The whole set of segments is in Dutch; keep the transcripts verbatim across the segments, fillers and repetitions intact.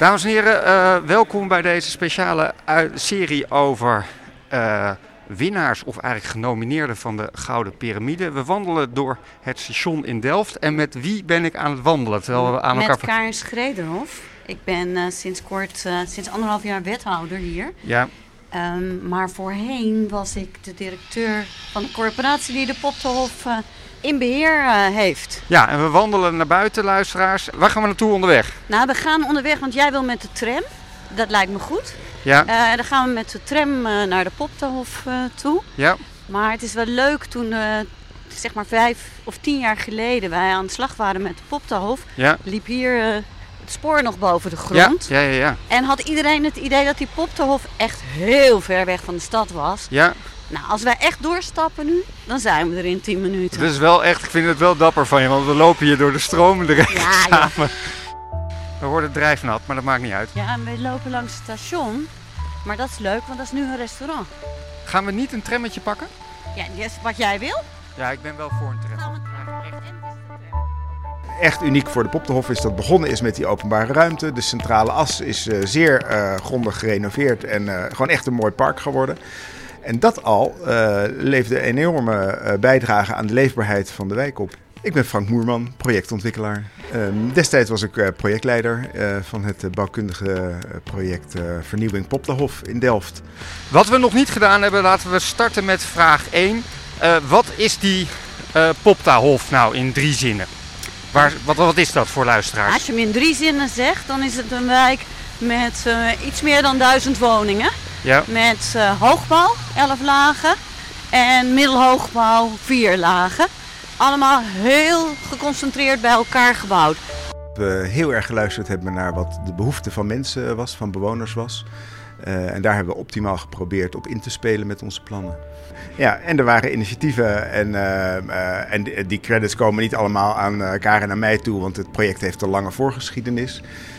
Dames en heren, uh, welkom bij deze speciale serie over uh, winnaars of eigenlijk genomineerden van de Gouden Piramide. We wandelen door het station in Delft. En met wie ben ik aan het wandelen? Terwijl we aan met elkaar... Karin Schrederhof. Ik ben uh, sinds kort, uh, sinds anderhalf jaar wethouder hier. Ja. Um, maar voorheen was ik de directeur van de corporatie die de Poptehof uh, in beheer uh, heeft. Ja, en we wandelen naar buiten, luisteraars. Waar gaan we naartoe onderweg? Nou, we gaan onderweg, want jij wil met de tram. Dat lijkt me goed. Ja. Uh, dan gaan we met de tram uh, naar de Poptehof uh, toe. Ja. Maar het is wel leuk toen, uh, zeg maar vijf of tien jaar geleden, wij aan de slag waren met de Poptehof. Ja. Liep hier uh, het spoor nog boven de grond. Ja, ja, ja, ja. En had iedereen het idee dat die Poptehof echt heel ver weg van de stad was. Ja. Nou, als wij echt doorstappen nu, dan zijn we er in tien minuten. Dat is wel echt, ik vind het wel dapper van je, want we lopen hier door de stromende regen ja, samen. Ja. We worden drijfnat, maar dat maakt niet uit. Ja, en we lopen langs het station. Maar dat is leuk, want dat is nu een restaurant. Gaan we niet een trammetje pakken? Ja, dat is wat jij wil. Ja, ik ben wel voor een tram. Gaan we Echt uniek voor de Poptehof is dat begonnen is met die openbare ruimte. De centrale as is uh, zeer uh, grondig gerenoveerd en uh, gewoon echt een mooi park geworden. En dat al uh, leefde een enorme uh, bijdrage aan de leefbaarheid van de wijk op. Ik ben Frank Moerman, projectontwikkelaar. Um, destijds was ik uh, projectleider uh, van het uh, bouwkundige uh, project uh, Vernieuwing Poptehof in Delft. Wat we nog niet gedaan hebben, laten we starten met vraag één. Uh, wat is die uh, Poptehof nou in drie zinnen? Waar, wat, wat is dat voor luisteraars? Als je hem in drie zinnen zegt, dan is het een wijk met uh, iets meer dan duizend woningen. Ja. Met uh, hoogbouw, elf lagen, en middelhoogbouw, vier lagen. Allemaal heel geconcentreerd bij elkaar gebouwd. We heel erg geluisterd hebben naar wat de behoefte van mensen was, van bewoners was. Uh, en daar hebben we optimaal geprobeerd op in te spelen met onze plannen. Ja, en er waren initiatieven en, uh, uh, en die, die credits komen niet allemaal aan uh, Karin en aan mij toe, want het project heeft een lange voorgeschiedenis.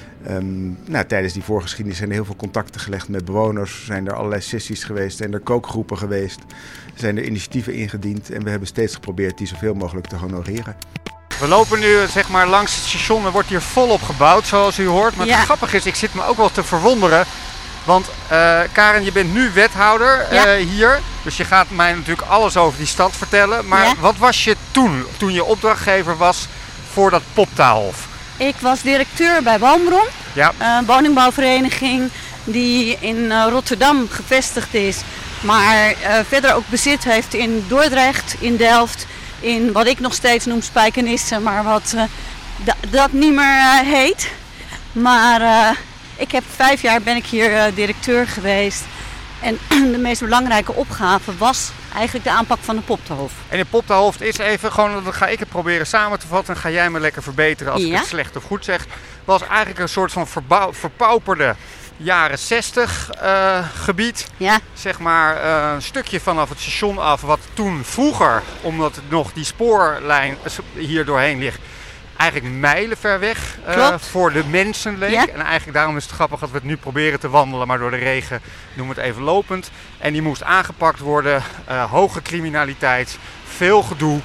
Um, nou, tijdens die voorgeschiedenis zijn er heel veel contacten gelegd met bewoners, zijn er allerlei sessies geweest, zijn er kookgroepen geweest, zijn er initiatieven ingediend en we hebben steeds geprobeerd die zoveel mogelijk te honoreren. We lopen nu zeg maar langs het station, er wordt hier volop gebouwd zoals u hoort, maar ja. Het grappige is, ik zit me ook wel te verwonderen. Want uh, Karin, je bent nu wethouder uh, ja. hier, dus je gaat mij natuurlijk alles over die stad vertellen. Maar ja. Wat was je toen, toen je opdrachtgever was voor dat Poptehof? Ik was directeur bij Woonbron, ja. een woningbouwvereniging die in uh, Rotterdam gevestigd is. Maar uh, verder ook bezit heeft in Dordrecht, in Delft, in wat ik nog steeds noem Spijkenisse, maar wat uh, d- dat niet meer uh, heet. Maar... Uh, Ik heb vijf jaar ben ik hier uh, directeur geweest en de meest belangrijke opgave was eigenlijk de aanpak van de Poptehof. En de Poptehof is even, gewoon, dan ga ik het proberen samen te vatten en ga jij me lekker verbeteren als ja. ik het slecht of goed zeg. Was eigenlijk een soort van verbouw, verpauperde jaren zestig uh, gebied. Ja. Zeg maar uh, een stukje vanaf het station af wat toen vroeger, omdat het nog die spoorlijn hier doorheen ligt, eigenlijk mijlenver weg uh, voor de mensen leek. Ja. En eigenlijk daarom is het grappig dat we het nu proberen te wandelen, maar door de regen doen we het even lopend. En die moest aangepakt worden. Uh, hoge criminaliteit, veel gedoe.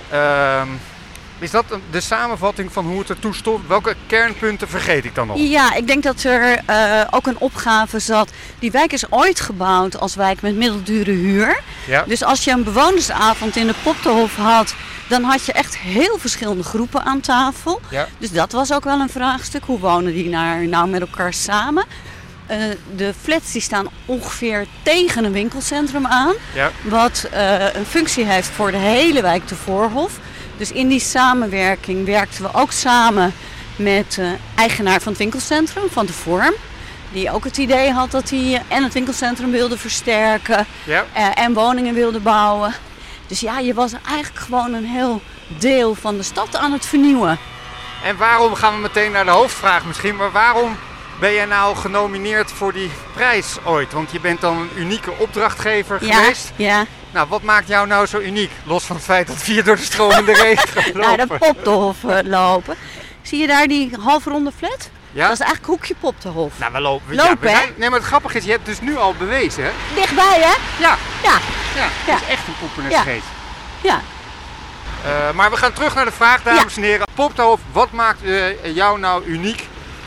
Uh, is dat de samenvatting van hoe het ertoe stond? Welke kernpunten vergeet ik dan nog? Ja, ik denk dat er uh, ook een opgave zat. Die wijk is ooit gebouwd als wijk met middeldure huur. Ja. Dus als je een bewonersavond in de Poptehof had, dan had je echt heel verschillende groepen aan tafel. Ja. Dus dat was ook wel een vraagstuk. Hoe wonen die nou, nou met elkaar samen? Uh, de flats die staan ongeveer tegen een winkelcentrum aan. Ja. Wat uh, een functie heeft voor de hele wijk de Voorhof. Dus in die samenwerking werkten we ook samen met de uh, eigenaar van het winkelcentrum, van de Vorm. Die ook het idee had dat hij en het winkelcentrum wilde versterken ja. uh, en woningen wilde bouwen. Dus ja, je was eigenlijk gewoon een heel deel van de stad aan het vernieuwen. En waarom, gaan we meteen naar de hoofdvraag misschien, maar waarom ben jij nou genomineerd voor die prijs ooit? Want je bent dan een unieke opdrachtgever ja, geweest. Ja. Nou, wat maakt jou nou zo uniek? Los van het feit dat we hier door de stromende regen lopen. Naar de Poptehof uh, lopen. Zie je daar die halfronde flat? Ja? Dat is eigenlijk hoekje Poptehof. Nou, we lopen. Lopen, ja, we zijn, hè? nee, maar het grappige is, je hebt dus nu al bewezen, hè? Dichtbij, hè? Ja. Ja. Ja, ja. het is echt een poep en een ja. scheet. Ja. Uh, maar we gaan terug naar de vraag, dames ja. en heren. Poptehof, wat maakt uh, jou nou uniek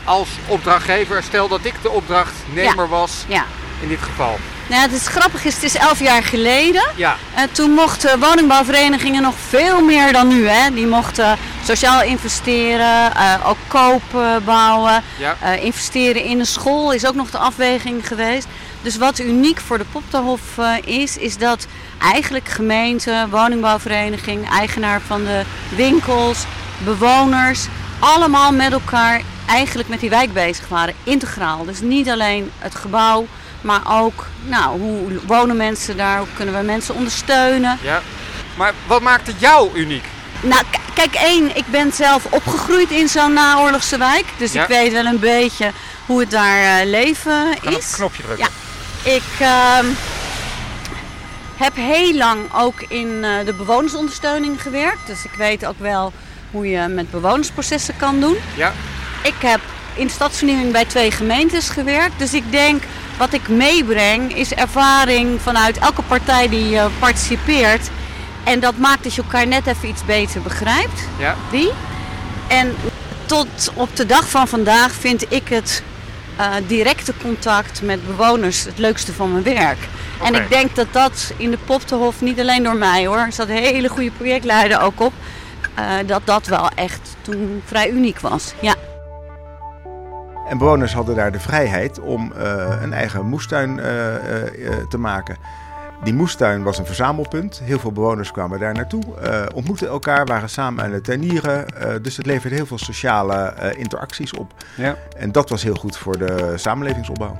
als opdrachtgever? Stel dat ik de opdrachtnemer Ja. was Ja. in dit geval. Nou, het is grappig is, het is elf jaar geleden. Ja. Uh, toen mochten woningbouwverenigingen nog veel meer dan nu. Hè. Die mochten sociaal investeren, uh, ook kopen, bouwen. Ja. Uh, investeren in een school is ook nog de afweging geweest. Dus wat uniek voor de Popterhof uh, is, is dat eigenlijk gemeente, woningbouwvereniging, eigenaar van de winkels, bewoners, allemaal met elkaar eigenlijk met die wijk bezig waren. Integraal. Dus niet alleen het gebouw, maar ook nou, hoe wonen mensen daar, hoe kunnen we mensen ondersteunen. Ja. Maar wat maakte jou uniek? Nou, k- kijk één, ik ben zelf opgegroeid in zo'n naoorlogse wijk. Dus Ja. ik weet wel een beetje hoe het daar uh, leven Kan op is. een knopje drukken. Ja. Ik uh, heb heel lang ook in uh, de bewonersondersteuning gewerkt. Dus ik weet ook wel hoe je met bewonersprocessen kan doen. Ja. Ik heb in stadsvernieuwing bij twee gemeentes gewerkt. Dus ik denk, wat ik meebreng is ervaring vanuit elke partij die uh, participeert. En dat maakt dat je elkaar net even iets beter begrijpt. Ja. Die. En tot op de dag van vandaag vind ik het uh, directe contact met bewoners het leukste van mijn werk. En Oké. ik denk dat dat in de Popterhof, niet alleen door mij hoor, er zat een hele goede projectleider ook op, uh, dat dat wel echt toen vrij uniek was. Ja. En bewoners hadden daar de vrijheid om uh, een eigen moestuin uh, uh, te maken. Die moestuin was een verzamelpunt. Heel veel bewoners kwamen daar naartoe, uh, ontmoetten elkaar, waren samen aan het tuinieren. Uh, dus het leverde heel veel sociale uh, interacties op. Ja. En dat was heel goed voor de samenlevingsopbouw.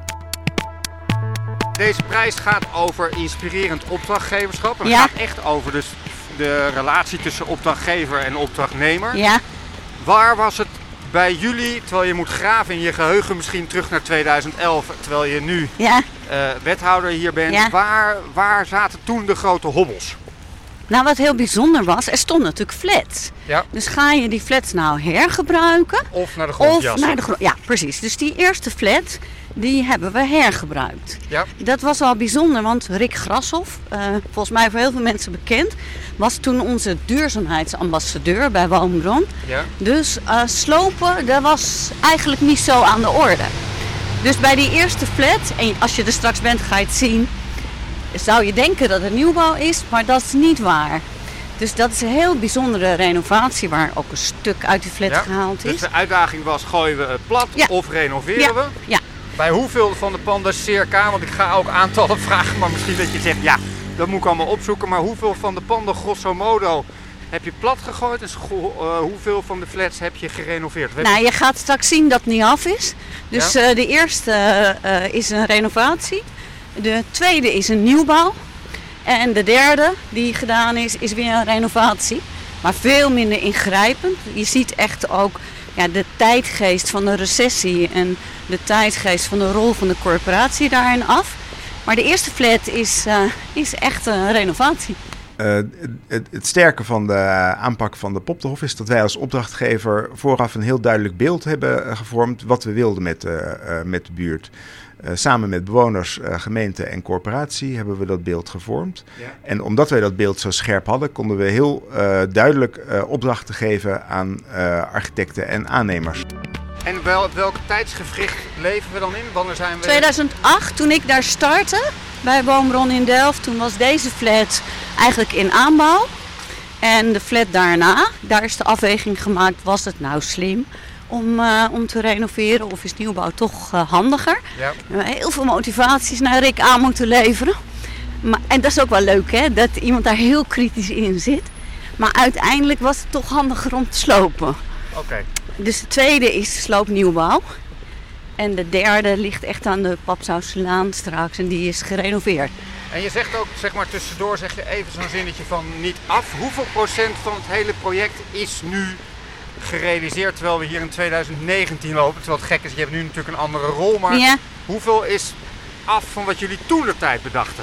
Deze prijs gaat over inspirerend opdrachtgeverschap. En het Ja. gaat echt over dus de relatie tussen opdrachtgever en opdrachtnemer. Ja. Waar was het bij jullie, terwijl je moet graven in je geheugen misschien terug naar tweeduizend elf, terwijl je nu Ja. uh, wethouder hier bent. Ja. Waar, waar zaten toen de grote hobbels? Nou, wat heel bijzonder was, er stonden natuurlijk flats. Ja. Dus ga je die flats nou hergebruiken? Of naar de grond Of jassen? naar de grond. Ja, precies. Dus die eerste flat, die hebben we hergebruikt. Ja. Dat was wel bijzonder, want Rick Grashoff, uh, volgens mij voor heel veel mensen bekend, was toen onze duurzaamheidsambassadeur bij Woonbron. Ja. Dus uh, slopen, dat was eigenlijk niet zo aan de orde. Dus bij die eerste flat, en als je er straks bent ga je het zien, zou je denken dat het nieuwbouw is, maar dat is niet waar. Dus dat is een heel bijzondere renovatie waar ook een stuk uit die flat Ja. gehaald is. Dus de uitdaging was, gooien we het plat Ja. of renoveren Ja. we? Ja. Bij hoeveel van de panden circa, want ik ga ook aantallen vragen, maar misschien dat je zegt, ja, dat moet ik allemaal opzoeken. Maar hoeveel van de panden grosso modo heb je plat gegooid en scho- uh, hoeveel van de flats heb je gerenoveerd? Heb Nou, je gaat straks zien dat het niet af is. Dus Ja. uh, de eerste uh, is een renovatie. De tweede is een nieuwbouw. En de derde die gedaan is, is weer een renovatie. Maar veel minder ingrijpend. Je ziet echt ook ja, de tijdgeest van de recessie en de tijdgeest van de rol van de corporatie daarin af. Maar de eerste flat is, uh, is echt een renovatie. Uh, het, het sterke van de aanpak van de Popterhof is dat wij als opdrachtgever vooraf een heel duidelijk beeld hebben gevormd wat we wilden met, uh, uh, met de buurt. Uh, samen met bewoners, uh, gemeente en corporatie hebben we dat beeld gevormd. Ja. En omdat wij dat beeld zo scherp hadden, konden we heel uh, duidelijk uh, opdrachten geven aan uh, architecten en aannemers. En wel, welke tijdsgevricht leven we dan in? Wanneer zijn we... tweeduizend acht, toen ik daar startte bij Woonbron in Delft, toen was deze flat eigenlijk in aanbouw. En de flat daarna, daar is de afweging gemaakt, was het nou slim om, uh, om te renoveren of is nieuwbouw toch uh, handiger? Ja. We hebben heel veel motivaties naar Rick aan moeten leveren. Maar, en dat is ook wel leuk hè, dat iemand daar heel kritisch in zit. Maar uiteindelijk was het toch handiger om te slopen. Oké. Okay. Dus de tweede is sloopnieuwbouw. En de derde ligt echt aan de Papsauselaan straks en die is gerenoveerd. En je zegt ook, zeg maar tussendoor, zeg je even zo'n zinnetje van niet af. Hoeveel procent van het hele project is nu gerealiseerd terwijl we hier in tweeduizend negentien lopen? Terwijl het gek is, je hebt nu natuurlijk een andere rol, maar Ja. hoeveel is af van wat jullie toen de tijd bedachten?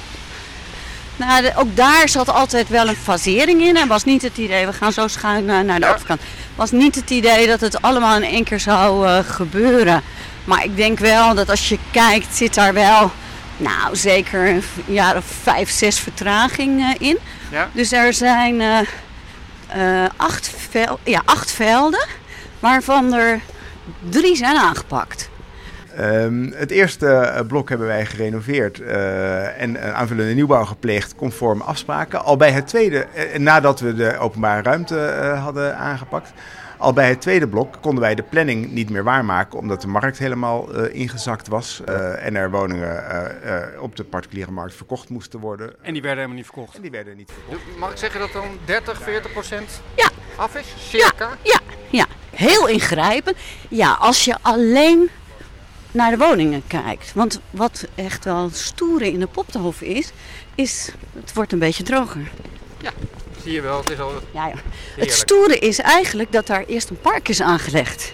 Nou, de, ook daar zat altijd wel een fasering in. Het was niet het idee, we gaan zo schuin naar, naar de Ja. overkant. Het was niet het idee dat het allemaal in één keer zou uh, gebeuren. Maar ik denk wel dat als je kijkt, zit daar wel, nou zeker een jaar of vijf, zes vertraging uh, in. Ja. Dus er zijn uh, uh, acht, vel, ja, acht velden, waarvan er drie zijn aangepakt. Um, het eerste blok hebben wij gerenoveerd uh, en een aanvullende nieuwbouw gepleegd conform afspraken. Al bij het tweede, uh, nadat we de openbare ruimte uh, hadden aangepakt, al bij het tweede blok konden wij de planning niet meer waarmaken omdat de markt helemaal uh, ingezakt was uh, en er woningen uh, uh, op de particuliere markt verkocht moesten worden. En die werden helemaal niet verkocht? En die werden niet verkocht. Mag ik zeggen dat dan dertig, veertig procent ja. af is? Circa? Ja, ja, ja, heel ingrijpend. Ja, als je alleen naar de woningen kijkt. Want wat echt wel stoere in de Poptenhof is, is het wordt een beetje droger. Ja, zie je wel. Het is al ja, ja. Het stoere is eigenlijk dat daar eerst een park is aangelegd.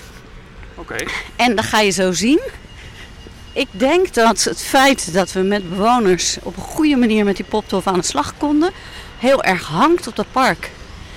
Oké. Okay. En dan ga je zo zien. Ik denk dat het feit dat we met bewoners op een goede manier met die Poptenhof aan de slag konden, heel erg hangt op dat park.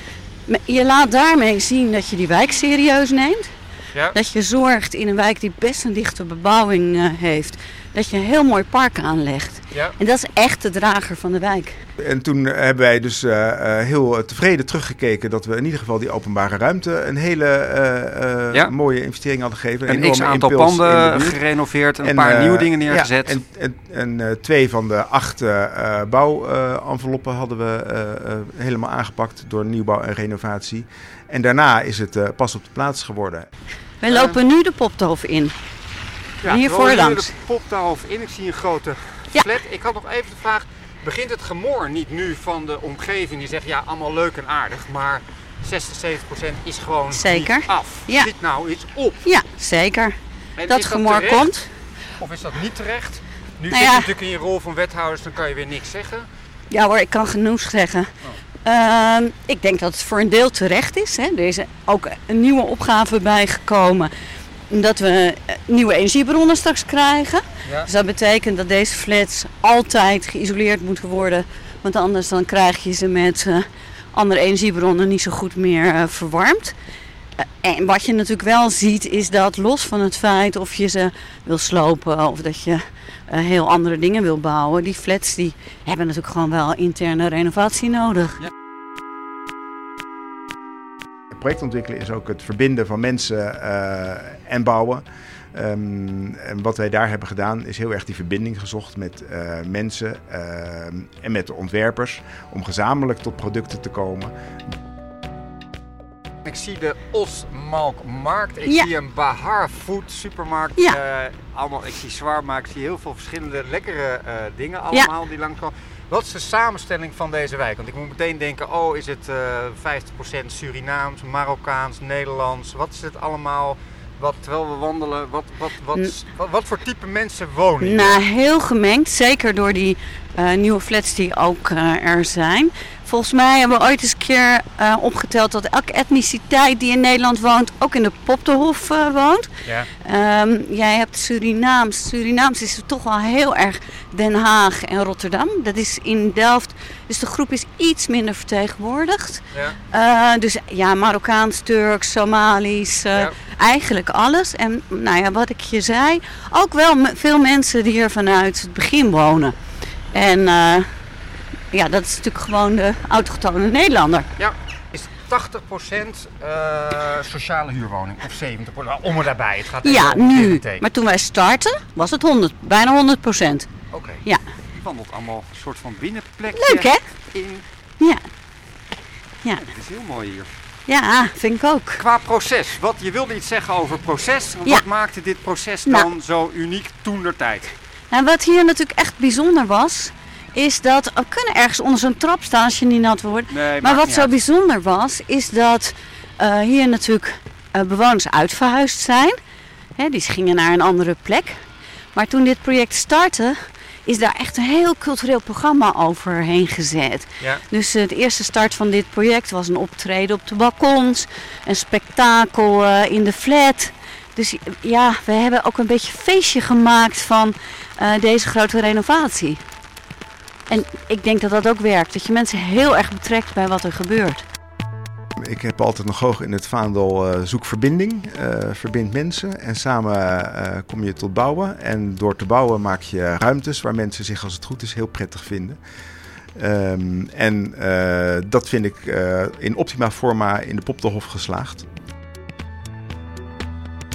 Je laat daarmee zien dat je die wijk serieus neemt. Ja. Dat je zorgt in een wijk die best een dichte bebouwing uh, heeft, dat je een heel mooi park aanlegt. Ja. En dat is echt de drager van de wijk. En toen hebben wij dus uh, uh, heel tevreden teruggekeken dat we in ieder geval die openbare ruimte een hele uh, uh, ja. mooie investering hadden gegeven. Een, een x-aantal panden gerenoveerd en een paar uh, nieuwe dingen neergezet. Ja, en en, en uh, twee van de acht uh, bouwenveloppen uh, hadden we uh, uh, helemaal aangepakt door nieuwbouw en renovatie. En daarna is het uh, pas op de plaats geworden. We lopen uh, nu de Poptenhof in. Ja, hier voorlangs. de Poptenhof in. Ik zie een grote ja. flat. Ik had nog even de vraag, begint het gemor niet nu van de omgeving die zegt ja, allemaal leuk en aardig, maar zestig, zeventig procent is gewoon zeker. Niet af. Ja. Schiet nou iets op. Ja, zeker. En dat gemor dat komt. Of is dat niet terecht? Nu nou zit ja. je natuurlijk in je rol van wethouders, dan kan je weer niks zeggen. Ja hoor, ik kan genoeg zeggen. Oh. Uh, ik denk dat het voor een deel terecht is. Hè. Er is ook een nieuwe opgave bijgekomen. Dat we nieuwe energiebronnen straks krijgen. Ja. Dus dat betekent dat deze flats altijd geïsoleerd moeten worden. Want anders dan krijg je ze met uh, andere energiebronnen niet zo goed meer uh, verwarmd. Uh, en wat je natuurlijk wel ziet is dat los van het feit of je ze wil slopen of dat je uh, heel andere dingen wil bouwen. Die flats die hebben natuurlijk gewoon wel interne renovatie nodig. Ja. Projectontwikkelen is ook het verbinden van mensen uh, en bouwen. Um, en wat wij daar hebben gedaan is heel erg die verbinding gezocht met uh, mensen uh, en met de ontwerpers om gezamenlijk tot producten te komen. Ik zie de Osmalkmarkt, ik ja. zie een Bahar Food supermarkt, ja. uh, allemaal, ik zie zwaarma, ik zie heel veel verschillende lekkere uh, dingen allemaal ja. die langskomen. Wat is de samenstelling van deze wijk? Want ik moet meteen denken, oh is het uh, vijftig procent Surinaams, Marokkaans, Nederlands, wat is het allemaal? Wat, terwijl we wandelen, wat, wat, wat, wat, wat voor type mensen wonen hier? Nou, heel gemengd, zeker door die uh, nieuwe flats die ook uh, er zijn. Volgens mij hebben we ooit eens een keer uh, opgeteld dat elke etniciteit die in Nederland woont ook in de Poptenhof uh, woont. Ja. Um, jij hebt Surinaams. Surinaams is toch wel heel erg Den Haag en Rotterdam. Dat is in Delft, dus de groep is iets minder vertegenwoordigd. Ja. Uh, dus ja, Marokkaans, Turks, Somalisch, uh, ja. eigenlijk alles. En nou ja, wat ik je zei, ook wel m- veel mensen die hier vanuit het begin wonen. En uh, ja, dat is natuurlijk gewoon de autochtone Nederlander. Ja, is tachtig procent uh, sociale huurwoning of zeventig procent, om en daarbij. Het gaat ja, nu. Maar toen wij starten was het honderd, bijna honderd procent. Oké. Okay. Ja. Je wandelt allemaal een soort van binnenplekje. Leuk hè? In... Ja. Ja. Ja. Het is heel mooi hier. Ja, vind ik ook. Qua proces, wat, je wilde iets zeggen over proces. Wat ja. maakte dit proces dan nou. zo uniek toentertijd? En wat hier natuurlijk echt bijzonder was, is dat we kunnen ergens onder zo'n trap staan als je niet nat wordt. Nee, maar wat zo uit. bijzonder was, is dat uh, hier natuurlijk uh, bewoners uitverhuisd zijn. Hè, die gingen naar een andere plek. Maar toen dit project startte, is daar echt een heel cultureel programma overheen gezet. Ja. Dus uh, de eerste start van dit project was een optreden op de balkons, een spektakel uh, in de flat. Dus ja, we hebben ook een beetje feestje gemaakt van uh, deze grote renovatie. En ik denk dat dat ook werkt, dat je mensen heel erg betrekt bij wat er gebeurt. Ik heb altijd nog hoog in het vaandel uh, zoek verbinding, uh, verbind mensen en samen uh, kom je tot bouwen. En door te bouwen maak je ruimtes waar mensen zich als het goed is heel prettig vinden. Um, en uh, dat vind ik uh, in optima forma in de Poptenhof geslaagd.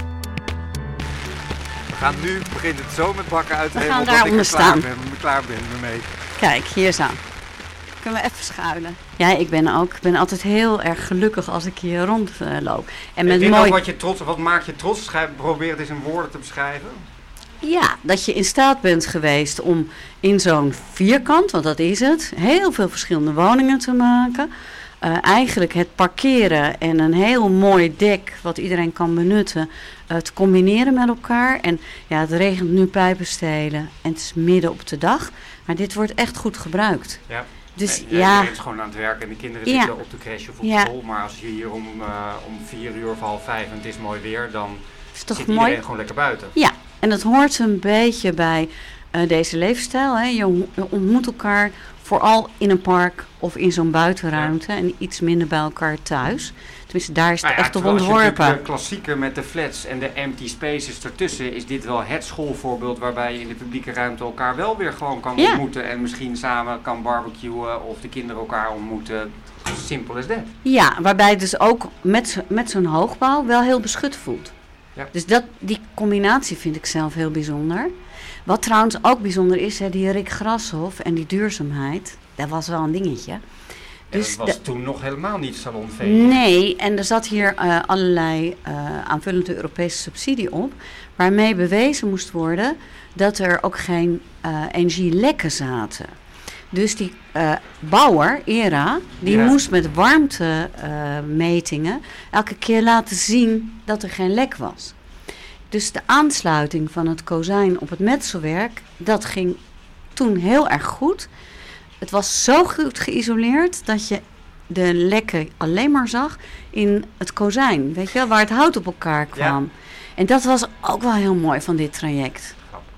gaan nu, begint het zo met bakken uit te We hemel gaan dat ik daaronder er klaar staan. ben, klaar ben mee. Kijk, hier zo. Kunnen we even schuilen? Ja, ik ben ook. Ik ben altijd heel erg gelukkig als ik hier rondloop. En met Dit mooi. ook wat, je trots, wat maakt je trots? Schrijf, probeer het eens in woorden te beschrijven. Ja, dat je in staat bent geweest om in zo'n vierkant, want dat is het, heel veel verschillende woningen te maken. Uh, eigenlijk het parkeren en een heel mooi dek wat iedereen kan benutten uh, te combineren met elkaar. En ja, het regent nu pijpenstelen en het is midden op de dag. Maar dit wordt echt goed gebruikt. Ja. Dus ja, ja. Je bent gewoon aan het werk en de kinderen Ja. zitten op de crash of op Ja. school. Maar als je hier om, uh, om vier uur of half vijf en het is mooi weer, dan Is toch zit mooi? iedereen gewoon lekker buiten. Ja, en dat hoort een beetje bij uh, deze levensstijl. Hè. Je, je ontmoet elkaar vooral in een park of in zo'n buitenruimte en iets minder bij elkaar thuis. Tenminste, daar is het Nou ja, echt op terwijl als je ontworpen. natuurlijk de klassieker met de flats en de empty spaces ertussen, is dit wel het schoolvoorbeeld waarbij je in de publieke ruimte elkaar wel weer gewoon kan Ja. ontmoeten en misschien samen kan barbecuen of de kinderen elkaar ontmoeten. Simpel as that. Ja, waarbij het dus ook met, zo- met zo'n hoogbouw wel heel beschut voelt. Ja. Dus dat, die combinatie vind ik zelf heel bijzonder. Wat trouwens ook bijzonder is, hè, die Rick Grashoff en die duurzaamheid, dat was wel een dingetje. Dus Dus dat was de- toen nog helemaal niet salonveeg. Nee, en er zat hier uh, allerlei uh, aanvullende Europese subsidie op, waarmee bewezen moest worden dat er ook geen uh, energielekken zaten. Dus die uh, bouwer, ERA, die Ja. moest met warmtemetingen uh, elke keer laten zien dat er geen lek was. Dus de aansluiting van het kozijn op het metselwerk, dat ging toen heel erg goed. Het was zo goed geïsoleerd dat je de lekken alleen maar zag in het kozijn, weet je wel, waar het hout op elkaar kwam. Ja. En dat was ook wel heel mooi van dit traject.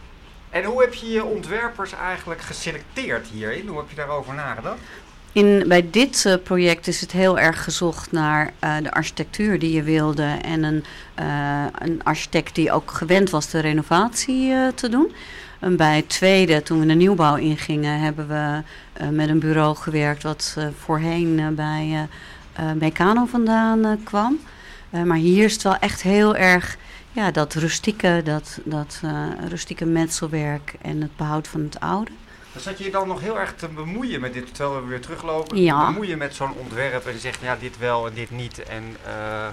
En hoe heb je je ontwerpers eigenlijk geselecteerd hierin? Hoe heb je daarover nagedacht? In, bij dit uh, project is het heel erg gezocht naar uh, de architectuur die je wilde en een, uh, een architect die ook gewend was de renovatie uh, te doen. En bij het tweede, toen we de nieuwbouw ingingen, hebben we uh, met een bureau gewerkt wat uh, voorheen uh, bij uh, uh, Meccano vandaan uh, kwam. Uh, maar hier is het wel echt heel erg ja, dat rustieke, dat, dat uh, rustieke metselwerk en het behoud van het oude. Dan zat je je dan nog heel erg te bemoeien met dit, terwijl we weer teruglopen. Ja. Te bemoeien met zo'n ontwerp en zeggen, ja, dit wel en dit niet. En, uh...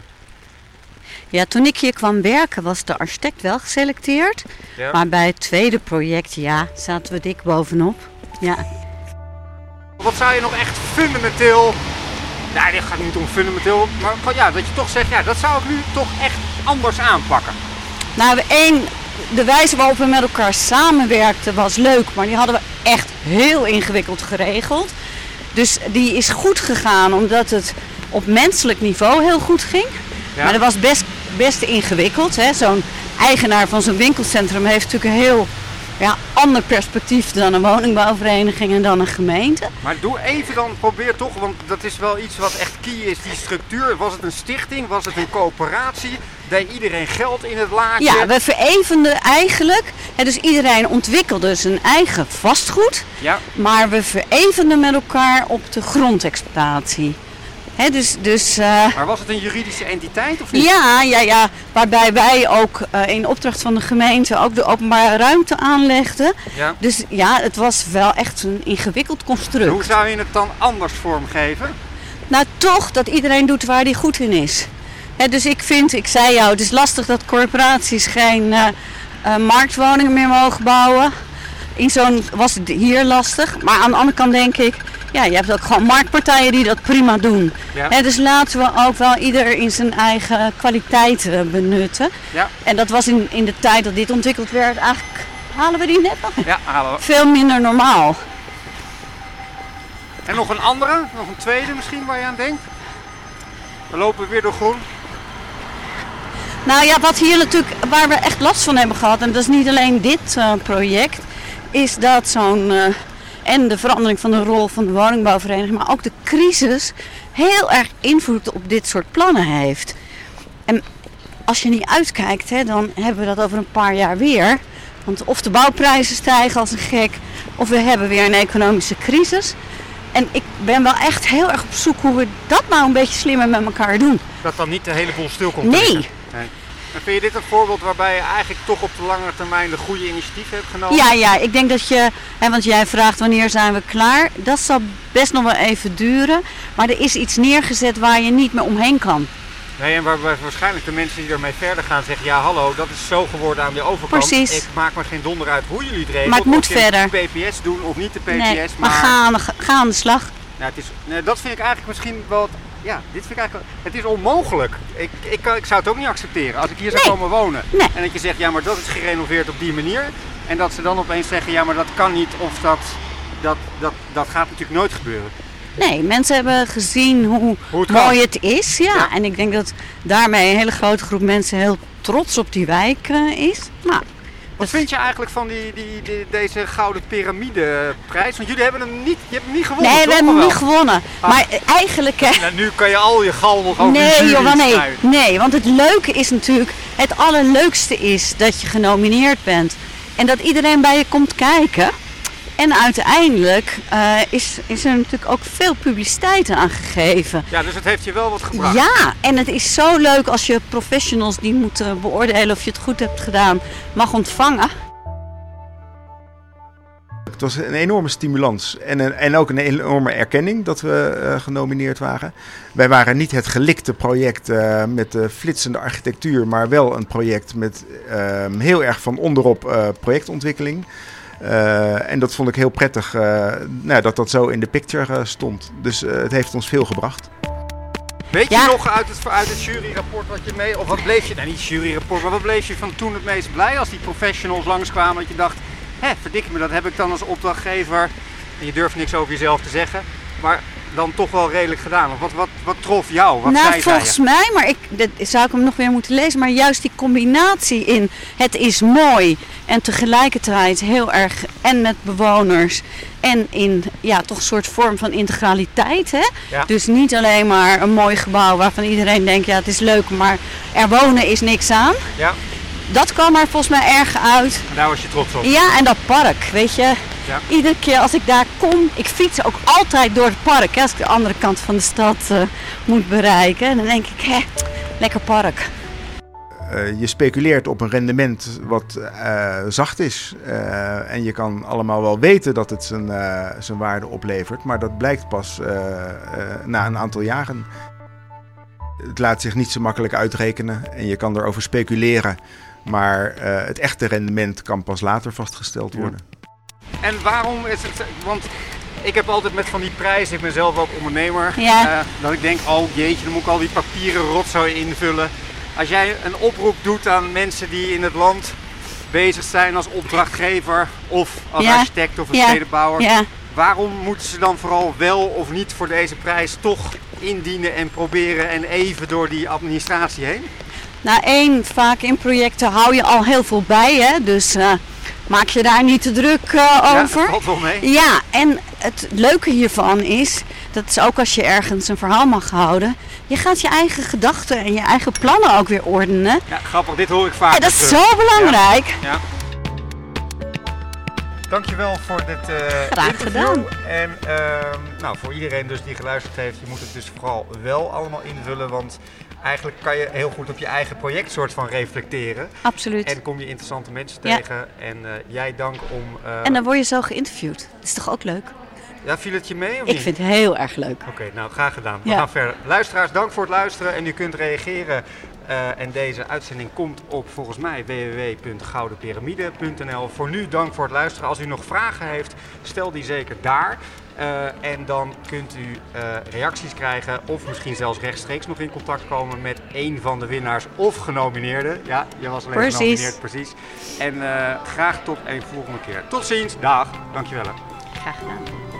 Ja, toen ik hier kwam werken was de architect wel geselecteerd. ja. Maar bij het tweede project, ja, zaten we dik bovenop. Ja. Wat zou je nog echt fundamenteel... Nou, dit gaat niet om fundamenteel, maar gewoon, ja, dat je toch zegt, ja, dat zou ik nu toch echt anders aanpakken. Nou, één, de wijze waarop we met elkaar samenwerkten was leuk, maar die hadden we echt heel ingewikkeld geregeld. Dus die is goed gegaan omdat het op menselijk niveau heel goed ging. Ja. Maar dat was best, best ingewikkeld. Hè? Zo'n eigenaar van zo'n winkelcentrum heeft natuurlijk een heel ja, ander perspectief dan een woningbouwvereniging en dan een gemeente. Maar doe even dan, probeer toch, want dat is wel iets wat echt key is, die structuur. Was het een stichting, was het een coöperatie? Deed iedereen geld in het laadje? Ja, we verevenden eigenlijk, hè, dus iedereen ontwikkelde zijn eigen vastgoed, Ja. maar we verevenden met elkaar op de grondexploitatie. Hè, dus, dus, uh, Maar was het een juridische entiteit of niet? ja, ja, ja, waarbij wij ook uh, in opdracht van de gemeente ook de openbare ruimte aanlegden. Ja. Dus ja, het was wel echt een ingewikkeld construct. Hoe zou je het dan anders vormgeven? Nou, toch dat iedereen doet waar hij goed in is. Hè, dus ik vind, ik zei jou, het is lastig dat corporaties geen uh, uh, marktwoningen meer mogen bouwen. In zo'n was het hier lastig. Maar aan de andere kant denk ik, ja, je hebt ook gewoon marktpartijen die dat prima doen. Ja. Hè, dus laten we ook wel ieder in zijn eigen kwaliteiten benutten. Ja. En dat was in, in de tijd dat dit ontwikkeld werd, eigenlijk halen we die net nog Ja, halen we. veel minder normaal. En nog een andere, nog een tweede misschien waar je aan denkt? We lopen weer door groen. Nou ja, wat hier natuurlijk, waar we echt last van hebben gehad, en dat is niet alleen dit uh, project, is dat zo'n, uh, en de verandering van de rol van de woningbouwvereniging, maar ook de crisis heel erg invloed op dit soort plannen heeft. En als je niet uitkijkt, hè, dan hebben we dat over een paar jaar weer. Want of de bouwprijzen stijgen als een gek, of we hebben weer een economische crisis. En ik ben wel echt heel erg op zoek hoe we dat nou een beetje slimmer met elkaar doen. Dat dan niet de hele boel stil komt te Nee. liggen. Nee. En vind je dit een voorbeeld waarbij je eigenlijk toch op de langere termijn de goede initiatieven hebt genomen? Ja, ja, ik denk dat je, hè, want jij vraagt wanneer zijn we klaar. Dat zal best nog wel even duren. Maar er is iets neergezet waar je niet meer omheen kan. Nee, en waarbij waarschijnlijk de mensen die ermee verder gaan zeggen, ja hallo, dat is zo geworden aan de overkant. Precies. Ik maak me geen donder uit hoe jullie het regelen. Maar het moet of je verder. de P P S doen of niet de P P S. Nee, maar maar ga aan, de, ga aan de slag. Nou, het is, nee, dat vind ik eigenlijk misschien wel, het- ja, dit vind ik eigenlijk, het is onmogelijk. Ik, ik, kan- ik zou het ook niet accepteren als ik hier zou Nee. komen wonen. Nee. En dat je zegt, ja maar dat is gerenoveerd op die manier. En dat ze dan opeens zeggen, ja maar dat kan niet of dat, dat, dat, dat gaat natuurlijk nooit gebeuren. Nee, mensen hebben gezien hoe, Hoe het mooi kan. het is. Ja. Ja. En ik denk dat daarmee een hele grote groep mensen heel trots op die wijk uh, is. Nou, Wat vind je eigenlijk van die, die, die, deze Gouden Piramide-prijs? Want jullie hebben hem niet, je hebt hem niet gewonnen, nee, toch? we hebben Of hem wel? niet gewonnen. Ah. Maar uh, eigenlijk... Uh, Nou, nu kan je al je galm over de nee, jury joh, nee, spuien. nee, want het leuke is natuurlijk... Het allerleukste is dat je genomineerd bent. En dat iedereen bij je komt kijken. En uiteindelijk uh, is, is er natuurlijk ook veel publiciteit aan gegeven. Ja, dus het heeft je wel wat gebracht. Ja, en het is zo leuk als je professionals die moeten beoordelen of je het goed hebt gedaan, mag ontvangen. Het was een enorme stimulans en, een, en ook een enorme erkenning dat we uh, genomineerd waren. Wij waren niet het gelikte project uh, met de flitsende architectuur, maar wel een project met uh, heel erg van onderop uh, projectontwikkeling. Uh, en dat vond ik heel prettig uh, nou, dat dat zo in de picture uh, stond. Dus uh, het heeft ons veel gebracht. Weet je Ja. nog uit het, uit het juryrapport wat je mee... Of wat bleef je... Nou, niet juryrapport, maar wat bleef je van toen het meest blij als die professionals langskwamen? Dat je dacht, hé, verdikke me, dat heb ik dan als opdrachtgever. En je durft niks over jezelf te zeggen. Maar dan toch wel redelijk gedaan. Of wat, wat, wat trof jou? Wat nou, zei zij volgens je? mij, maar ik dat, zou ik hem nog weer moeten lezen, maar juist die combinatie in het is mooi en tegelijkertijd heel erg en met bewoners en in ja, toch een soort vorm van integraliteit. Hè? Ja. Dus niet alleen maar een mooi gebouw waarvan iedereen denkt, ja het is leuk, maar er wonen is niks aan. Ja, Dat kwam er volgens mij erg uit. en daar was je trots op. Ja, en dat park, weet je. Ja. Iedere keer als ik daar kom, ik fiets ook altijd door het park. Hè, als ik de andere kant van de stad uh, moet bereiken. Dan denk ik, hé, lekker park. Uh, je speculeert op een rendement wat uh, zacht is. Uh, en je kan allemaal wel weten dat het zijn, uh, zijn waarde oplevert. Maar dat blijkt pas uh, uh, na een aantal jaren. Het laat zich niet zo makkelijk uitrekenen. En je kan erover speculeren. Maar uh, het echte rendement kan pas later vastgesteld worden. Ja. En waarom is het... Want ik heb altijd met van die prijzen, ik ben zelf ook ondernemer. Ja. Uh, dat ik denk, oh jeetje, dan moet ik al die papieren rotzooi invullen. Als jij een oproep doet aan mensen die in het land bezig zijn als opdrachtgever of als Ja. architect of als Ja. stedenbouwer. Ja. Waarom moeten ze dan vooral wel of niet voor deze prijs toch indienen en proberen en even door die administratie heen? Nou, één, vaak in projecten hou je al heel veel bij, hè. Dus uh, maak je daar niet te druk uh, Ja, over. dat valt wel mee. Ja, en het leuke hiervan is, dat is ook als je ergens een verhaal mag houden, je gaat je eigen gedachten en je eigen plannen ook weer ordenen. Ja, grappig, dit hoor ik vaak. En dat is zo belangrijk. Ja. Ja. Dankjewel voor dit uh, Graag interview. gedaan. En uh, nou, voor iedereen dus die geluisterd heeft, je moet het dus vooral wel allemaal invullen, want eigenlijk kan je heel goed op je eigen project soort van reflecteren. Absoluut. En kom je interessante mensen Ja. tegen. En uh, jij dank om... Uh, En dan word je zo geïnterviewd. Dat is toch ook leuk? Ja, viel het je mee of Ik niet? vind het heel erg leuk. Oké, okay, nou graag gedaan. We Ja. gaan verder. Luisteraars, dank voor het luisteren en u kunt reageren. Uh, en deze uitzending komt op volgens mij w w w punt gouden piramide punt n l. Voor nu dank voor het luisteren. Als u nog vragen heeft, stel die zeker daar. Uh, en dan kunt u uh, reacties krijgen of misschien zelfs rechtstreeks nog in contact komen met een van de winnaars of genomineerden. Ja, je was alleen Precies. genomineerd, precies. En uh, graag tot een volgende keer. Tot ziens, dag, dankjewel. Graag gedaan.